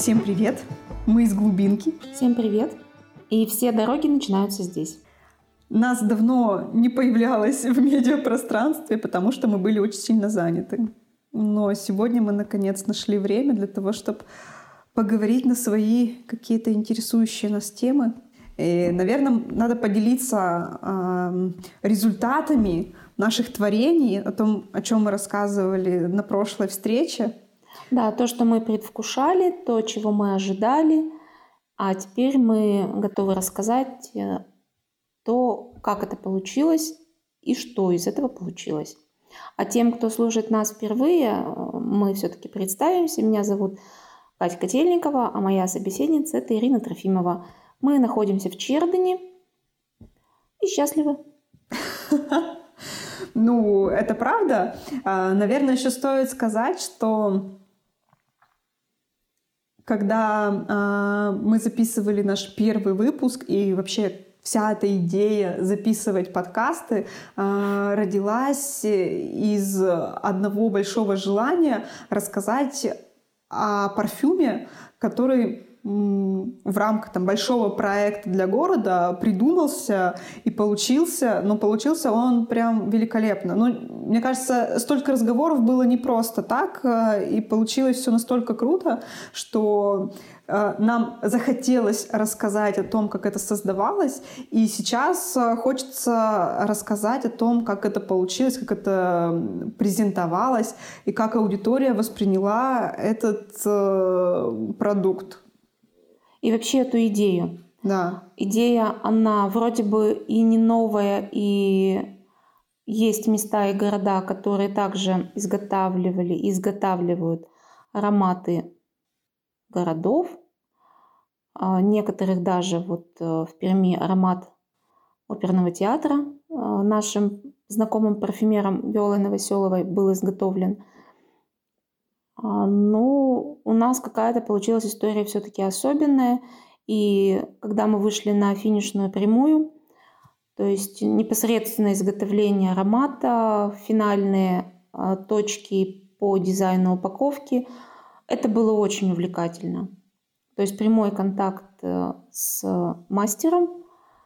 Всем привет! Мы из глубинки. Всем привет! И все дороги начинаются здесь. Нас давно не появлялось в медиапространстве, потому что мы были очень сильно заняты. Но сегодня мы наконец нашли время для того, чтобы поговорить на свои какие-то интересующие нас темы. И, наверное, надо поделиться результатами наших творений, о том, о чем мы рассказывали на прошлой встрече. Да, то, что мы предвкушали, то, чего мы ожидали, а теперь мы готовы рассказать то, как это получилось и что из этого получилось. А тем, кто слушает нас впервые, мы все-таки представимся. Меня зовут Катя Котельникова, а моя собеседница – это Ирина Трофимова. Мы находимся в Чердане и счастливы. Ну, это правда. Наверное, еще стоит сказать, что когда мы записывали наш первый выпуск и вообще вся эта идея записывать подкасты родилась из одного большого желания рассказать о парфюме, который в рамках большого проекта для города придумался и получился, но получился он прям великолепно. Мне кажется, столько разговоров было не просто так, и получилось все настолько круто, что нам захотелось рассказать о том, как это создавалось, и сейчас хочется рассказать о том, как это получилось, как это презентовалось, и как аудитория восприняла этот продукт. И вообще эту идею. Да. Идея, она вроде бы и не новая, и есть места и города, которые также изготавливали и изготавливают ароматы городов. Некоторых даже в Перми аромат оперного театра нашим знакомым парфюмером Виолой Новоселовой был изготовлен. Но у нас какая-то получилась история все-таки особенная. И когда мы вышли на финишную прямую, то есть непосредственно изготовление аромата, финальные точки по дизайну упаковки, это было очень увлекательно. То есть прямой контакт с мастером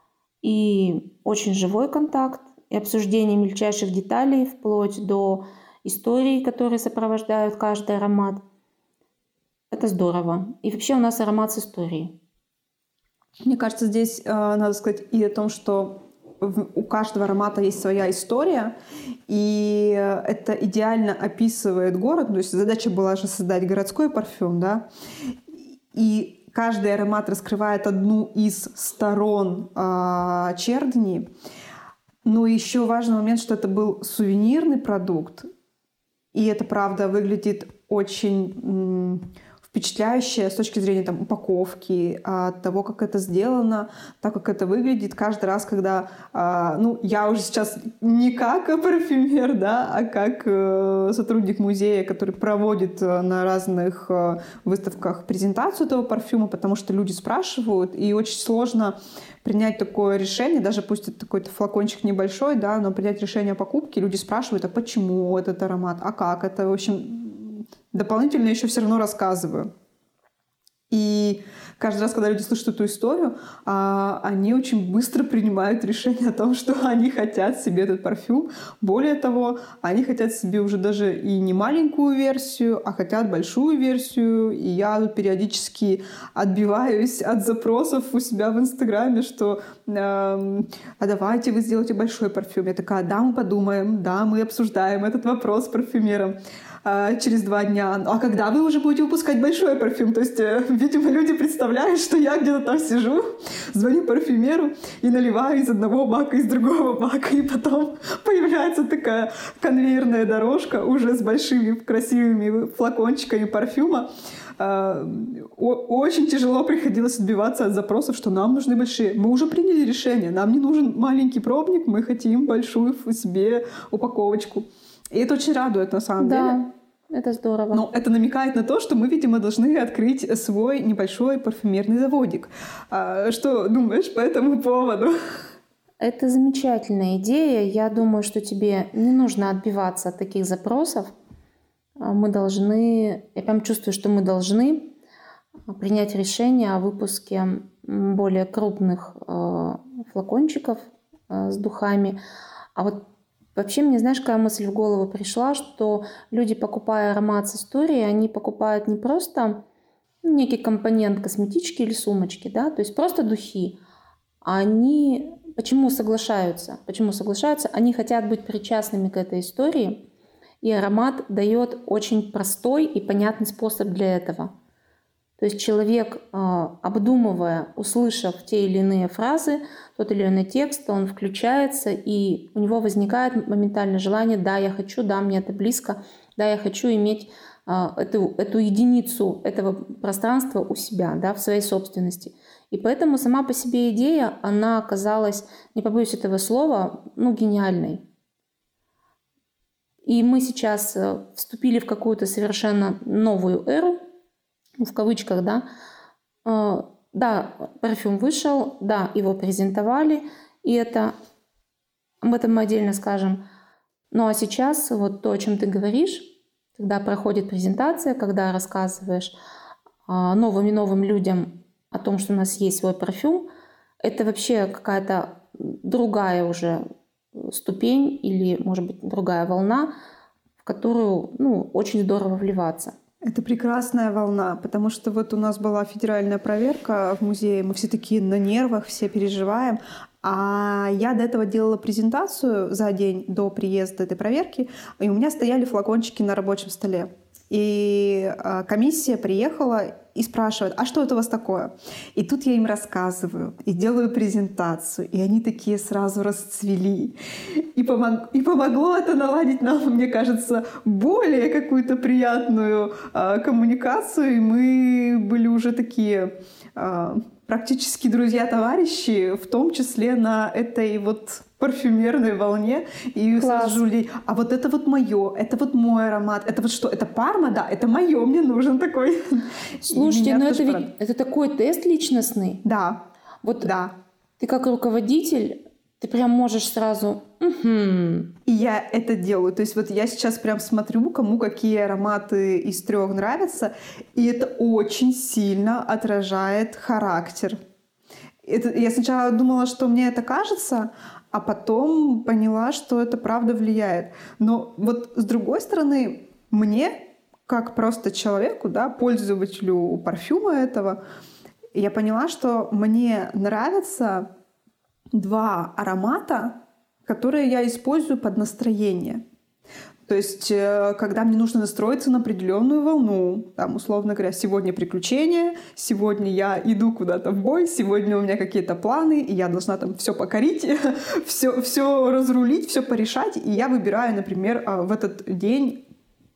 и очень живой контакт, и обсуждение мельчайших деталей вплоть до истории, которые сопровождают каждый аромат. Это здорово. И вообще у нас аромат с историей. Мне кажется, здесь надо сказать и о том, что у каждого аромата есть своя история, и это идеально описывает город. То есть задача была же создать городской парфюм, да, и каждый аромат раскрывает одну из сторон Чердани. Но еще важный момент, что это был сувенирный продукт, и это, правда, выглядит очень впечатляюще с точки зрения упаковки, того, как это сделано, так как это выглядит каждый раз, когда... я уже сейчас не как парфюмер, да, а как сотрудник музея, который проводит на разных выставках презентацию этого парфюма, потому что люди спрашивают, и очень сложно принять такое решение, даже пусть это какой-то флакончик небольшой, да, но принять решение о покупке, люди спрашивают, а почему этот аромат, а как это, в общем, дополнительно еще все равно рассказываю. И каждый раз, когда люди слышат эту историю, они очень быстро принимают решение о том, что они хотят себе этот парфюм. Более того, они хотят себе уже даже и не маленькую версию, а хотят большую версию. И я тут периодически отбиваюсь от запросов у себя в Инстаграме, что а давайте вы сделаете большой парфюм. Я такая, да, мы подумаем, да, мы обсуждаем этот вопрос с парфюмером. Через 2 дня. А когда вы уже будете выпускать большой парфюм? То есть, видимо, люди представляют, что я где-то там сижу, звоню парфюмеру и наливаю из одного бака, из другого бака, и потом появляется такая конвейерная дорожка уже с большими красивыми флакончиками парфюма. Очень тяжело приходилось отбиваться от запросов, что нам нужны большие. Мы уже приняли решение, нам не нужен маленький пробник, мы хотим большую себе упаковочку. И это очень радует, на самом деле. Да, это здорово. Но это намекает на то, что мы, видимо, должны открыть свой небольшой парфюмерный заводик. Что думаешь по этому поводу? Это замечательная идея. Я думаю, что тебе не нужно отбиваться от таких запросов. Мы должны, я прям чувствую, что мы должны принять решение о выпуске более крупных флакончиков с духами. А вот вообще мне, знаешь, какая мысль в голову пришла, что люди, покупая аромат с историей, они покупают не просто некий компонент косметички или сумочки, да, то есть просто духи. А они почему соглашаются? Почему соглашаются? Они хотят быть причастными к этой истории, и аромат дает очень простой и понятный способ для этого. То есть человек, обдумывая, услышав те или иные фразы, тот или иной текст, он включается, и у него возникает моментальное желание: да, я хочу, да, мне это близко, да, я хочу иметь эту единицу этого пространства у себя, да, в своей собственности. И поэтому сама по себе идея, она оказалась, не побоюсь этого слова, гениальной. И мы сейчас вступили в какую-то совершенно новую эру, в кавычках, да. Да, парфюм вышел, да, его презентовали, и об этом мы отдельно скажем. Ну а сейчас вот то, о чем ты говоришь, когда проходит презентация, когда рассказываешь новым и новым людям о том, что у нас есть свой парфюм, это вообще какая-то другая уже ступень или, может быть, другая волна, в которую очень здорово вливаться. Это прекрасная волна, потому что вот у нас была федеральная проверка в музее, мы все такие на нервах, все переживаем. А я до этого делала презентацию за день до приезда этой проверки, и у меня стояли флакончики на рабочем столе. И комиссия приехала и спрашивает: а что это у вас такое? И тут я им рассказываю и делаю презентацию, и они такие сразу расцвели. И помогло это наладить нам, мне кажется, более какую-то приятную коммуникацию. И мы были уже такие практически друзья-товарищи, в том числе на этой вот парфюмерной волне. И сразу людей: а вот это вот мое, это вот мой аромат, это вот что, это Парма, да, это мое, мне нужен такой. Слушайте, но это такой тест личностный. Да. Вот да. Ты как руководитель, ты прям можешь сразу... И я это делаю. То есть вот я сейчас прям смотрю, кому какие ароматы из 3 нравятся, и это очень сильно отражает характер. Я сначала думала, что мне это кажется, а потом поняла, что это правда влияет. Но вот с другой стороны, мне, как просто человеку, да, пользователю парфюма этого, я поняла, что мне нравятся 2 аромата, которые я использую под настроение. То есть, когда мне нужно настроиться на определенную волну, там, условно говоря, сегодня приключения, сегодня я иду куда-то в бой, сегодня у меня какие-то планы, и я должна там все покорить, все разрулить, все порешать, и я выбираю, например, в этот день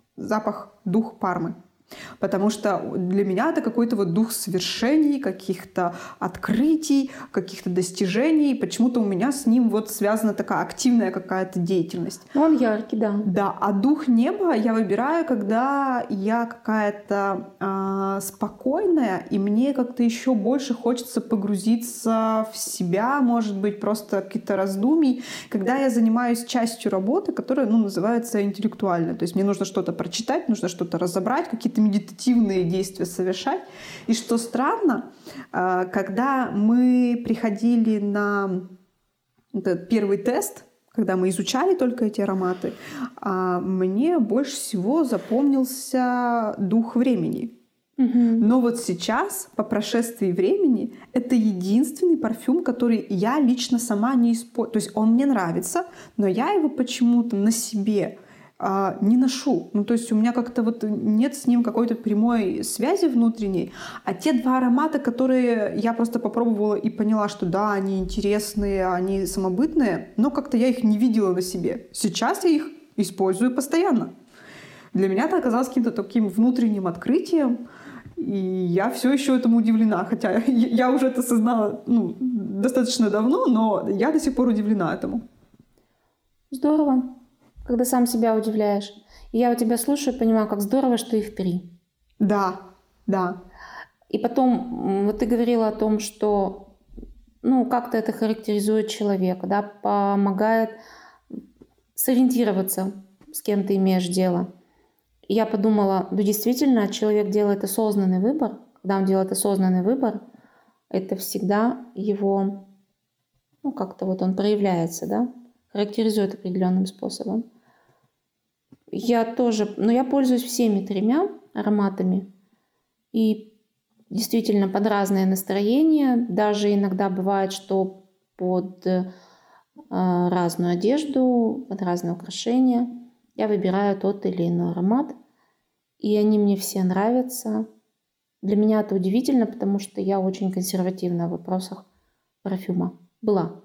дух Пармы. Потому что для меня это какой-то вот дух свершений, каких-то открытий, каких-то достижений. Почему-то у меня с ним вот связана такая активная какая-то деятельность. Он яркий, да. Да, а дух неба я выбираю, когда я какая-то спокойная, и мне как-то еще больше хочется погрузиться в себя, может быть, просто какие-то раздумий, когда я занимаюсь частью работы, которая, называется интеллектуальной. То есть мне нужно что-то прочитать, нужно что-то разобрать, какие-то медитативные действия совершать. И что странно, когда мы приходили на этот первый тест, когда мы изучали только эти ароматы, мне больше всего запомнился дух времени. Но вот сейчас, по прошествии времени, это единственный парфюм, который я лично сама не использую. То есть он мне нравится, но я его почему-то на себе не ношу. То есть у меня как-то вот нет с ним какой-то прямой связи внутренней. А те 2 аромата, которые я просто попробовала и поняла, что да, они интересные, они самобытные, но как-то я их не видела на себе. Сейчас я их использую постоянно. Для меня это оказалось каким-то таким внутренним открытием, и я все еще этому удивлена. Хотя я уже это осознала достаточно давно, но я до сих пор удивлена этому. Здорово, когда сам себя удивляешь. И я у тебя слушаю и понимаю, как здорово, что их 3. Да, да. И потом, вот ты говорила о том, что как-то это характеризует человека, да, помогает сориентироваться, с кем ты имеешь дело. И я подумала, действительно, человек делает осознанный выбор, когда он делает осознанный выбор, это всегда его, как-то вот он проявляется, да, характеризует определенным способом. Я пользуюсь всеми 3 ароматами. И действительно под разное настроение. Даже иногда бывает, что под разную одежду, под разные украшения я выбираю тот или иной аромат. И они мне все нравятся. Для меня это удивительно, потому что я очень консервативна в вопросах парфюма. Была.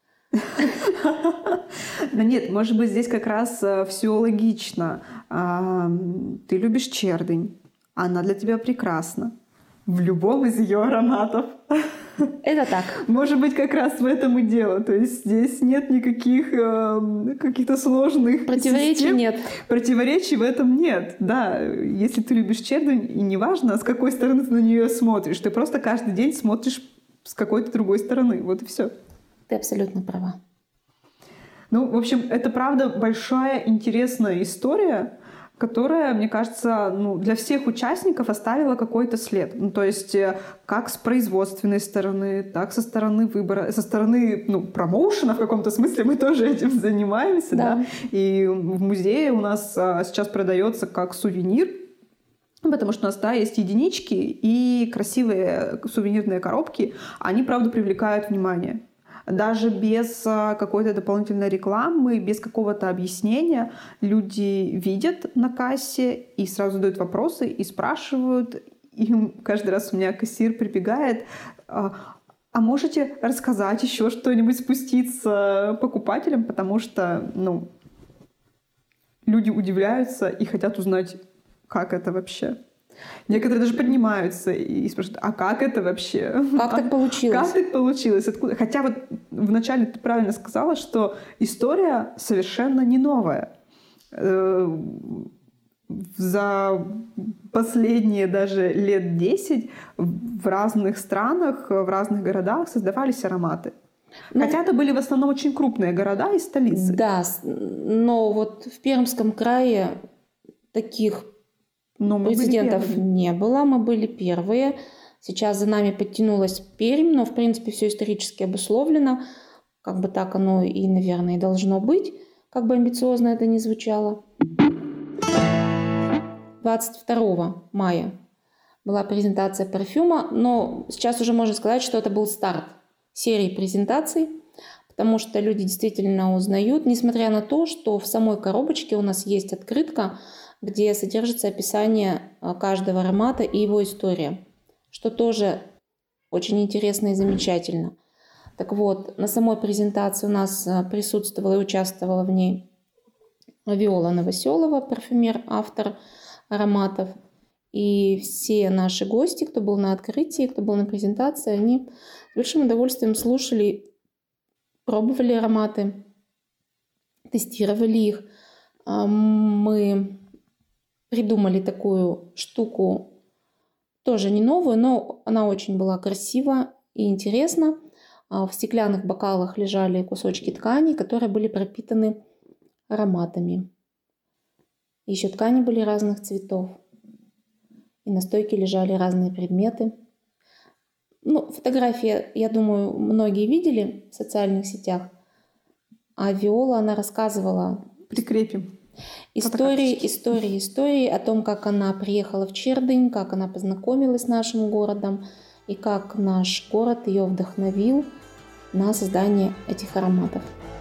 Да нет, может быть, здесь как раз все логично. Ты любишь чердынь, она для тебя прекрасна в любом из ее ароматов. Это так. Может быть, как раз в этом и дело. То есть здесь нет никаких каких-то сложных противоречий систем. Нет. Противоречий в этом нет. Да, если ты любишь чердынь, и неважно, с какой стороны ты на нее смотришь, ты просто каждый день смотришь с какой-то другой стороны. Вот и все. Ты абсолютно права. Ну, в общем, это правда большая интересная история, которая, мне кажется, для всех участников оставила какой-то след. То есть как с производственной стороны, так со стороны выбора, со стороны промоушена в каком-то смысле мы тоже этим занимаемся. Да. И в музее у нас сейчас продается как сувенир, потому что у нас, есть единички и красивые сувенирные коробки. Они, правда, привлекают внимание. Даже без какой-то дополнительной рекламы, без какого-то объяснения люди видят на кассе и сразу задают вопросы и спрашивают. И каждый раз у меня кассир прибегает: а можете рассказать еще что-нибудь, спуститься покупателям? Потому что люди удивляются и хотят узнать, как это вообще. Некоторые даже поднимаются и спрашивают: а как это вообще? Как так получилось? Как так получилось? Откуда? Хотя вот вначале ты правильно сказала, что история совершенно не новая. За последние даже лет 10 в разных странах, в разных городах создавались ароматы. Хотя это были в основном очень крупные города и столицы. Да, но вот в Пермском крае таких прецедентов не было, мы были первые. Сейчас за нами подтянулась Пермь, но, в принципе, все исторически обусловлено. Как бы так оно и, наверное, и должно быть, как бы амбициозно это ни звучало. 22 мая была презентация парфюма, но сейчас уже можно сказать, что это был старт серии презентаций, потому что люди действительно узнают, несмотря на то, что в самой коробочке у нас есть открытка, где содержится описание каждого аромата и его история, что тоже очень интересно и замечательно. Так вот, на самой презентации у нас присутствовала и участвовала в ней Виола Новоселова, парфюмер, автор ароматов. И все наши гости, кто был на открытии, кто был на презентации, они с большим удовольствием слушали, пробовали ароматы, тестировали их. Мы придумали такую штуку, тоже не новую, но она очень была красива и интересна. В стеклянных бокалах лежали кусочки ткани, которые были пропитаны ароматами. Еще ткани были разных цветов. И на стойке лежали разные предметы. Фотографии, я думаю, многие видели в социальных сетях. А Виола, она рассказывала... Прикрепим. Истории о том, как она приехала в Чердынь, как она познакомилась с нашим городом и как наш город ее вдохновил на создание этих ароматов.